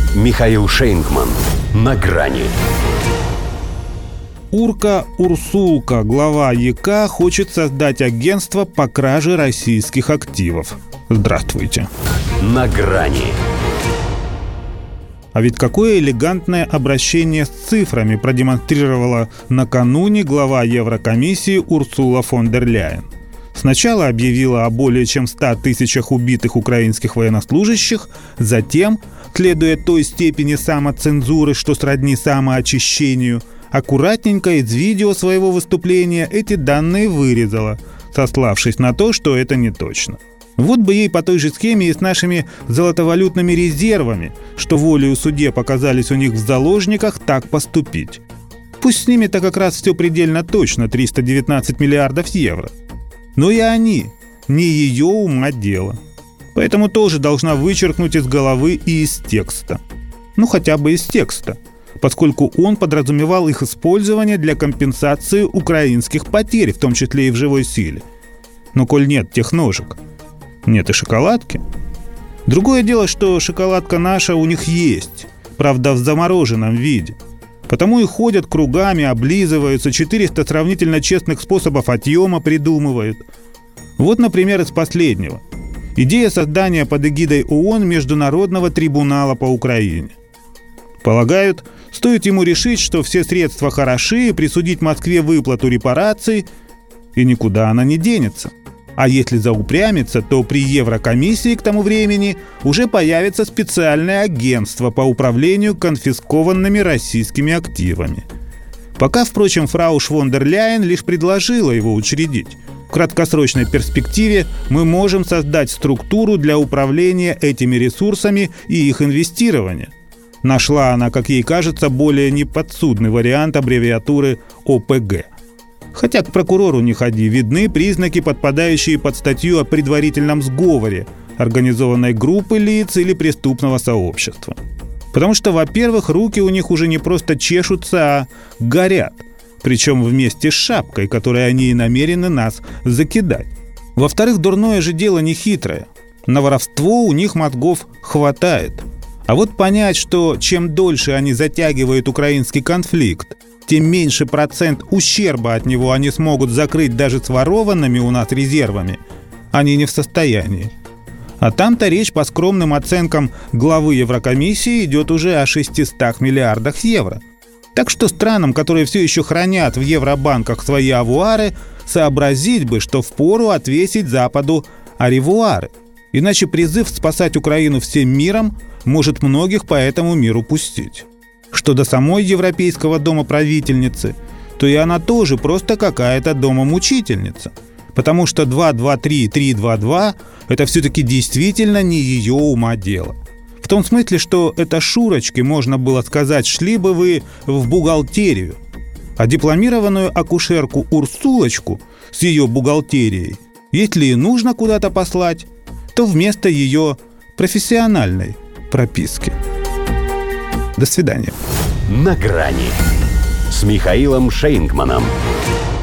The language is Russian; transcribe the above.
Михаил Шейнгман. На грани. Урка-Урсулка, глава ЯК, хочет создать агентство по краже российских активов. Здравствуйте. На грани. А ведь какое элегантное обращение с цифрами продемонстрировала накануне глава Еврокомиссии Урсула фон дер Ляйен. Сначала объявила о более чем 100 тысячах убитых украинских военнослужащих, затем, следуя той степени самоцензуры, что сродни самоочищению, аккуратненько из видео своего выступления эти данные вырезала, сославшись на то, что это не точно. Вот бы ей по той же схеме и с нашими золотовалютными резервами, что волею судеб оказались у них в заложниках, так поступить. Пусть с ними-то как раз все предельно точно, 319 миллиардов евро. Но и они, не ее ума дело. Поэтому тоже должна вычеркнуть из головы и из текста. Ну хотя бы из текста, поскольку он подразумевал их использование для компенсации украинских потерь, в том числе и в живой силе. Но коль нет тех ножек, нет и шоколадки. Другое дело, что шоколадка наша у них есть, правда в замороженном виде. Потому и ходят кругами, облизываются, 400 сравнительно честных способов отъема придумывают. Вот, например, из последнего. Идея создания под эгидой ООН Международного трибунала по Украине. Полагают, стоит ему решить, что все средства хороши, и присудить Москве выплату репараций, и никуда она не денется. А если заупрямится, то при Еврокомиссии к тому времени уже появится специальное агентство по управлению конфискованными российскими активами. Пока, впрочем, фрау фон дер Ляйен лишь предложила его учредить. В краткосрочной перспективе мы можем создать структуру для управления этими ресурсами и их инвестирования. Нашла она, как ей кажется, более неподсудный вариант аббревиатуры ОПГ. Хотя к прокурору не ходи, видны признаки, подпадающие под статью о предварительном сговоре организованной группы лиц или преступного сообщества. Потому что, во-первых, руки у них уже не просто чешутся, а горят. Причем вместе с шапкой, которой они и намерены нас закидать. Во-вторых, дурное же дело не хитрое. На воровство у них мозгов хватает. А вот понять, что чем дольше они затягивают украинский конфликт, тем меньше процент ущерба от него они смогут закрыть даже с ворованными у нас резервами, они не в состоянии. А там-то речь по скромным оценкам главы Еврокомиссии идет уже о 600 миллиардах евро. Так что странам, которые все еще хранят в евробанках свои авуары, сообразить бы, что впору отвесить Западу аревуары. Иначе призыв спасать Украину всем миром может многих по этому миру пустить. Что до самой Европейского дома правительницы, то и она тоже просто какая-то домомучительница. Потому что 2-2-3, 3-2-2 – это все-таки действительно не ее ума дело. В том смысле, что это Шурочке, можно было сказать, шли бы вы в бухгалтерию. А дипломированную акушерку Урсулочку с ее бухгалтерией, если и нужно куда-то послать, то вместо ее профессиональной прописки. До свидания. На грани с Михаилом Шейнгманом.